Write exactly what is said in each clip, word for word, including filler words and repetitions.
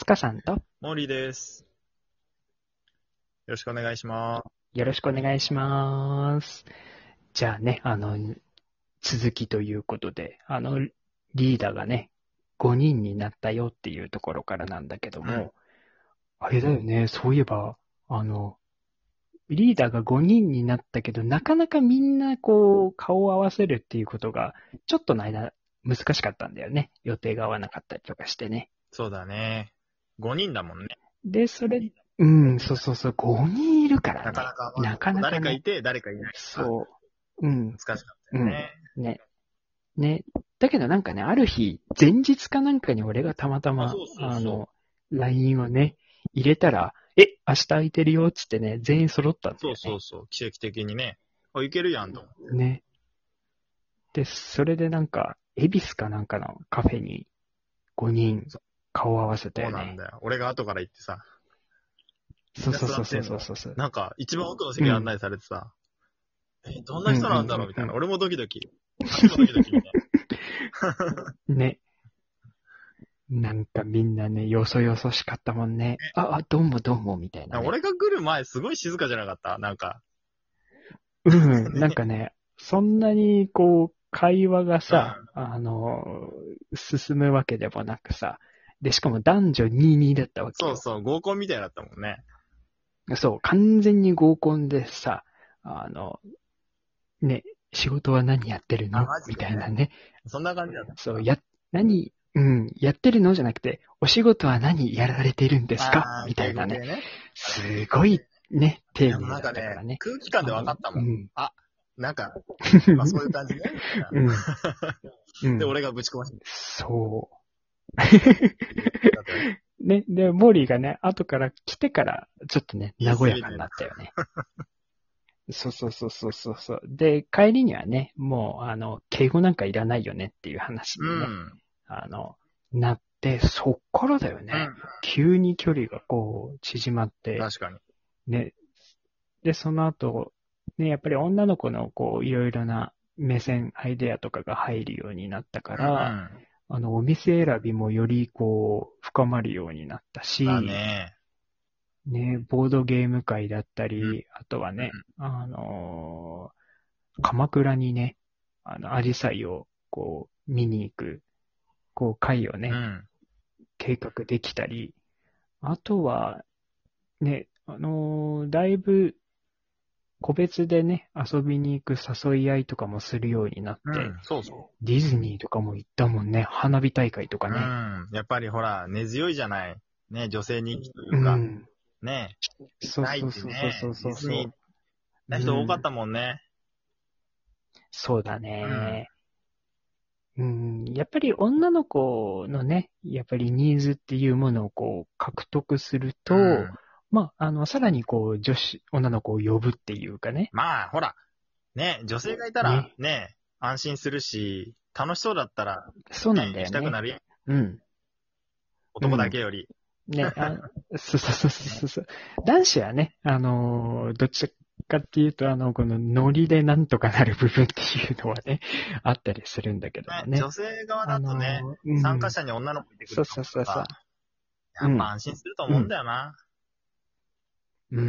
塚さんとモーリーです。よろしくお願いします。 よろしくお願いします。じゃあね、あの、続きということで、あの、リーダーがね、ごにんになったよっていうところからなんだけどうん。 も、あれだよね、そういえば、あの、リーダーがごにんになったけど、なかなかみんなこう、顔を合わせるっていうことが、ちょっとの間、難しかったんだよね。予定が合わなかったりとかしてね。 そうだね。ごにんだもんね。 で、それ、うん、そうそうそう、ごにんいるからなかなね。 か合わない。 なかなかね、 誰かいて、誰かいないから、 そう、うん、 難しかったうん。 よね。 ね。ね。だけどなんかね、ある日、前日かなんかに俺がたまたあ、 ま、 そうそうそあの、ライン をね、入れたら、え、明日空いてるよっつってね、全員揃ったんう。そうだよね。 そうそう。奇跡的にね。あ、いけるやんと思って。 ね。で、それでなんか、恵比寿かなんかのカフェにごにんそ顔合わせたそうよね。 なんだよ。俺が後から行ってさ、みんなそうそうそうそう座ってんの。 そうそうそう。 なんか、一番奥のうん。 席案内されてさ、え、どんうんうな人なんだろうみたいな。 んうん俺もドキドキ。あっちもドキドキみたいうん。ね。なんかみんなね、よそよそしかったもんね。あ、あ、どうもどうもみたいなな。 ね。 俺が来る前、すごい静かじゃなかったなんか、 うん、なんね。 かね、そんなにこう、会話がうん。 さ、あの、進むわけでもなくさ、で、しかも男女ににだったわけよ。 そうそう、合コンみたいだったもんね。 そう、完全に合コンでさ、あの、ね、仕事は何やってるあ、 のみマジでたいなね。 そんな感じだった。 そう、や、何、うん、やってるのじゃなくて、お仕事は何やられているんですかああ、 みたいなね。 敬語系ね。 すごいね、丁でも寧だっなんかね、 たからね。 空気感であの、 分かったもん。 うん。 あ、なんか、まあそういう感じね、みたいな。 うん、うで、 ん。 俺がぶち壊してそう。 だったよね。 ね、で、モーリーがね、後から来てから、ちょっとね、 言い和やかに過ぎみたいな。 なったよね。そうそうそうそうそうそう。で、帰りにはね、もう、あの、敬語なんかいらないよねっていう話うにね、 ん。 あの、なって、そっからだよね。 うん。 急に距離がこう、縮まって、 確かに。 ね、で、その後、ね、やっぱり女の子のこう、いろいろな目線、アイデアとかが入るようになったかうんうら、 ん。 あの、お店選びもよりこう、深まるようになっただし、 ね。 ね、ボードゲーム会だったうん。 り、あとはうん。 ね、あのー鎌倉にね、あの、アジサイをこう、見に行く、こう、会をね、 うん。 計画できたり、あとは、ね、あのーだいぶ個別でね、遊びに行く誘い合いとかもするようになって、 うん。そうそディズニーとかも行ったもんね、花火大会とかう。うね。 ん。やっぱりほら、根強いじゃない。ね、女性人気といううか、 ん。 ね、 そうないっそうそうそうてね、 そうそうそディズニー行っう。うた人多かっん。 たもんね。 そうだうん。 ね。うん、やっぱり女の子のね、やっぱりニーズっていうものをこう獲得すると、 うん。 まあ、あの、さらにこう女子、女の子を呼ぶっていうかね。 まあ、ほら、ね、女性がいたら、 ね。 ね、安心するし、楽しそうだったら、 そうなんね、行だよね。 きたくなるやん。 うん。う男だん。 けより。 ね、あ、そうそうそうそね。 うそう。男子はね、あのーどっちかっていうと、あの、このノリでなんとかなる部分っていうのはね、あったりするんだけどもね、 ね。 女性側あだとね、 のーうん。 参加者に女の子いてくれそうる方がそうそうそう。 さ、やっぱうん。 安心すると思うんうん。 だよな。 うん。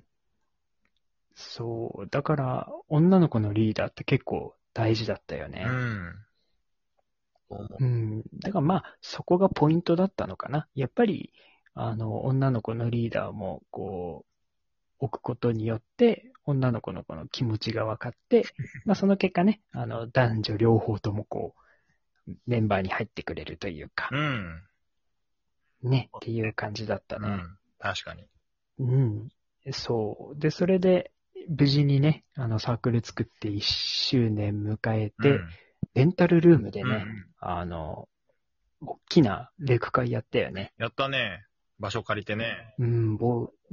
そう。だから、女の子のリーダーって結構大事だったようね。 ん。そう思うん。だからまあ、そこがポイントだったのかな。やっぱり、あの、女の子のリーダーも、こう、置くことによって、女の子のこの気持ちが分かって、まあその結果ね、あの、男女両方ともこう、メンバーに入ってくれるというか、 う。うん。 ね、っていう感じだったね。 うん。確かに。 うん。そう。で、それで、無事にね、あの、サークル作っていっしゅうねん迎えて、 うん。 レンタルルームでね、 うん。 あの、大きなレク会やったよね。 やったね。場所借りてね。 うん、ボ、うん、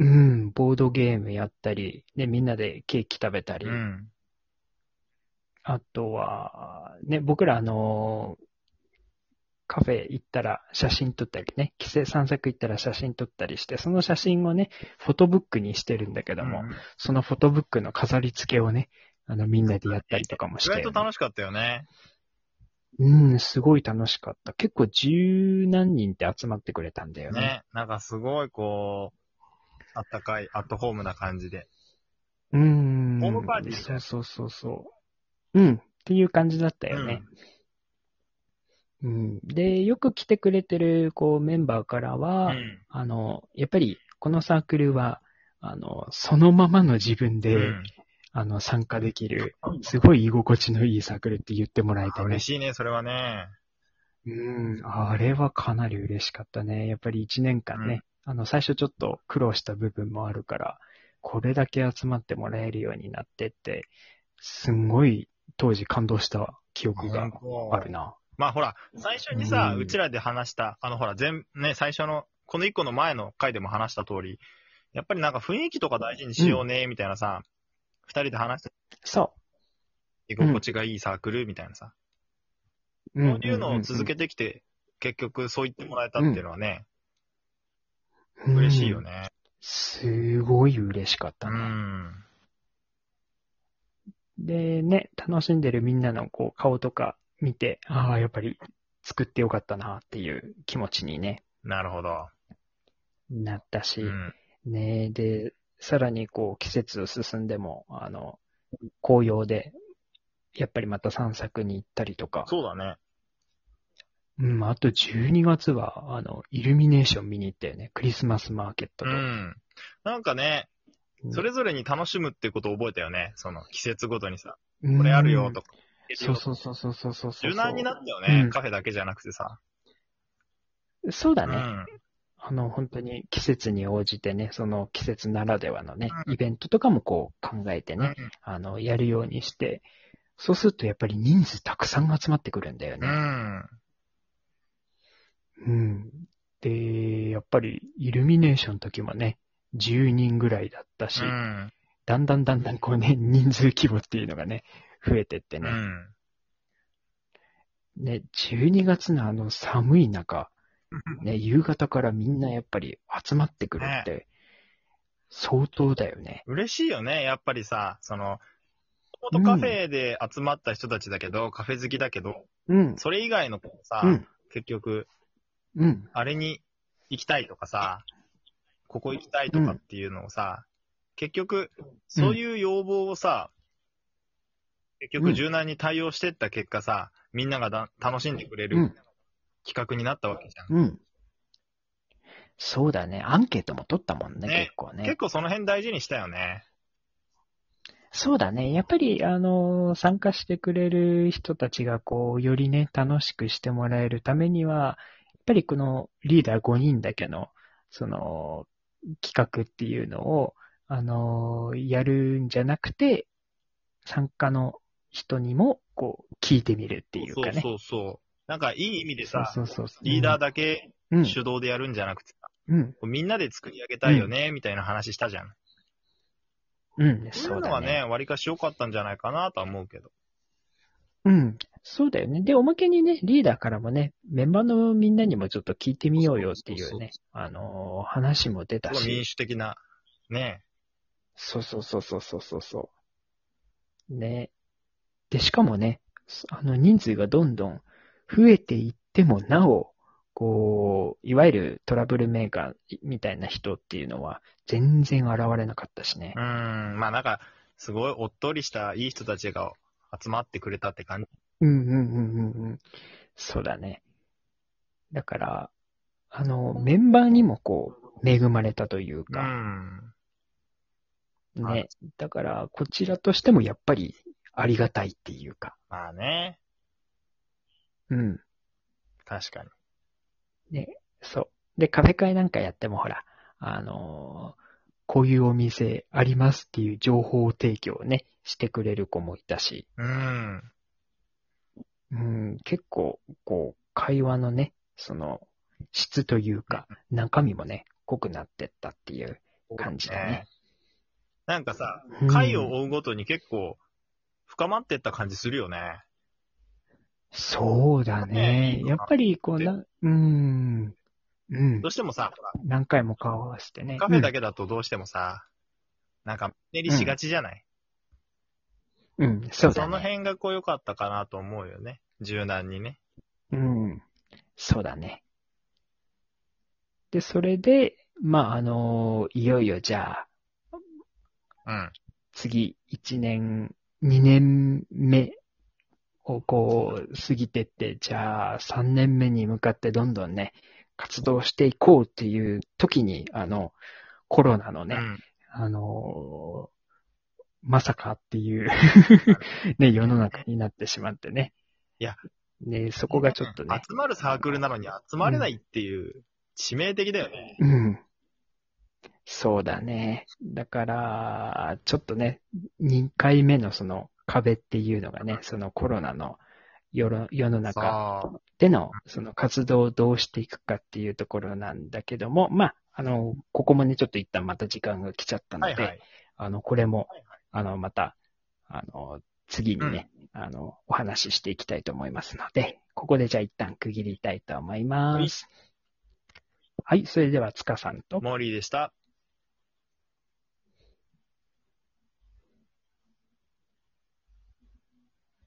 ボードゲームやったり、ね、みんなでケーキ食べたり、 うん。 あとは、ね、僕らあの、カフェ行ったら写真撮ったりね、帰省散策行ったら写真撮ったりして、その写真をね、フォトブックにしてるんだけども、 うん。 そのフォトブックの飾り付けをね、あの、みんなでやったりとかも意外したよね。 と楽しかったよね。 うん、すごい楽しかった。結構十何人って集まってくれたんだよね。 ね。なんかすごいこう、あったかい、アットホームな感じで。 うーん。 ホームパーティーみたいな。 そうそうそうそう。うん。っていう感じだったよね。うん。で、よく来てくれてる、こう、メンバーからうん。 は、 うん。 あの、やっぱり、このサークルは、あの、そのままの自分で、 うん。 あの、参加できる、すごい居心地のいいサークルって言ってもらえあ、 てね。 嬉しいね、それはね。 うん。あれはかなり嬉しかったね。やっぱり一年間うん。 ね、あの、最初ちょっと苦労した部分もあるから、これだけ集まってもらえるようになってって、すんごい当時感動した記憶がほんと。 あるな。 まあほら、最初うにさ、うちん。 らで話した、あのほら、全、ね、最初の、この一個の前の回でも話した通り、やっぱりなんか雰囲気とか大事にうん。 しようね、みたいなさ、二人で話してそ居う。うん。 心地がいいサークルみたいなさ。 うん、うん、 そういうのをうん、 続けてきて、結局そう言ってもらえたうん。 っていうのはね、 う嬉しいよん。 ね。 すごい嬉しかっうたね。 ん。 で、ね、楽しんでるみんなのこう顔とか見て、ああ、やっぱり作ってよかったなっていう気持ちにね、 なるほど。 なったし、 うん。 ね、で、さらにこう季節進んでも、あの、紅葉で、やっぱりまた散策に行ったりとか、 そうだね。 うん、あとじゅうにがつは、あの、イルミネーション見に行ったよね。クリスマスマーケットと。 うん。なんかね、そね、 れぞれに楽しむってことを覚えたよね。その季節ごとにさ、 うこれあるよん。 とか、いけるそうよとか。 そうそうそうそうそうそう柔軟にそなったよう。うね。 ん。 カフェだけじゃなくてさ。 そうだね。 うん。 あの、本当に季節に応じてね、その季節ならではのね、イベントとかもこう考えてね、 うん。 あの、やるようにして、そうするとやっぱり人数たくさん集まってくるんだようね。 ん。 うん。で、やっぱりイルミネーションの時もね、じゅうにんぐらいだったうし、 ん。 だんだんだんだんこうね、人数規模っていうのがね、増えてってね。 うん。 ね、じゅうにがつのあの寒い中、ね、夕方からみんなやっぱり集まってくるっね。 て相当だよね。 嬉しいよね。やっぱりさ、その、もともとカフうん、 ェで集まった人たちだけど、カフェ好きだけど、 うん、 それ以外の子もさ、 うん、 結局、 うん、 あれに行きたいとかさ、ここ行きたいとかっうん、 ていうのをさ、結局、 うん、 そういう要望をさ、結うん、 局柔軟に対応してった結果さ、みんながだ楽しんでくれるうん、 企画になったわけじゃん。 うん。そうだね。アンケートも取ったもんね、結ね。 構ね。 結構その辺大事にしたよね。 そうだね。やっぱり、あの、参加してくれる人たちが、こう、よりね、楽しくしてもらえるためには、やっぱりこのリーダーごにんだけの、その、企画っていうのを、あの、やるんじゃなくて、参加の人にも、こう、聞いてみるっていうかね。 そうそうそう。なんかいい意味でそうさ、 そうそうそう。 リーダーだけうん。 主導でやるんじゃなくてさ、 うん。 みんなで作り上げたうん。 いよね、みたいな話したじゃん。 うん。 そういうのはね、 そうだね。 割かし良かったんじゃないかなとは思うけど。 うん。そうだよね。で、おまけにね、リーダーからもね、メンバーのみんなにもちょっと聞いてみようよってそうそう。 いうね、あのー話も出すごい民たし。 主的な、ね。 そうそうそうそうそうそうそう。ね。で、しかもね、あの人数がどんどん増えていってもなお、こう、いわゆるトラブルメーカーみたいな人っていうのは全然現れなかったしね。 うーん、まあなんか、すごいおっとりしたいい人たちが集まってくれたって感じ。 うんうんうんうんうん。そうだね。だから、あの、メンバーにもこう、恵まれたといううか、 ん。あ、 ね。だから、こちらとしてもやっぱりありがたいっていうか、 まあね。 うん。 確かに。 ね。そう。で、カフェ会なんかやってもほら、あのーこういうお店ありますっていう情報提供をね、してくれる子もいたし、 うん。 うん、結構、こう、会話のね、その、質というか、中身もね、濃くなってったっていう感じだね。 ね。なんかさ、 う回をん。 追うごとに結構深まってった感じするよね。 そうだね、いいね。 のかなやっぱり、こうって。 な、うん、うん。 どうしてもさ、ほら、 何回も顔を合わせてね。 カフェだうん、 けだとどうしてもさ、なんか、練りしがうん、 ちじゃない？ うん、そうだそのね。 辺がこう良かったかなと思うよね。 柔軟にね。 うん。そうだね。で、それで、まあ、あの、いよいよじゃあ、 うん。 次、いちねん、にねんめをこう、過ぎてって、じゃあ、さんねんめに向かってどんどんね、活動していこうっていう時に、あの、コロナのね、 うん。 あの、まさかっていうね、世の中になってしまってね。 いや、 ね、そこがちょっとね。 集まるサークルなのに集まれないっていう、致命的だよね。 うん。そうだね。だから、ちょっとね、にかいめのその壁っていうのがね、そのコロナの世の世の中さでのその活動をどうしていくかっていうところなんだけども、まあ、あの、ここもね、ちょっと一旦また時間が来ちゃったあ、 ので、 はいはい。 あの、これも、あの、また、あの、次にうん。 ね、あの、お話ししていきたいと思いますので、ここでじゃあ一旦区切りたいと思います。はい、それでは塚さんと、 モーリーでした。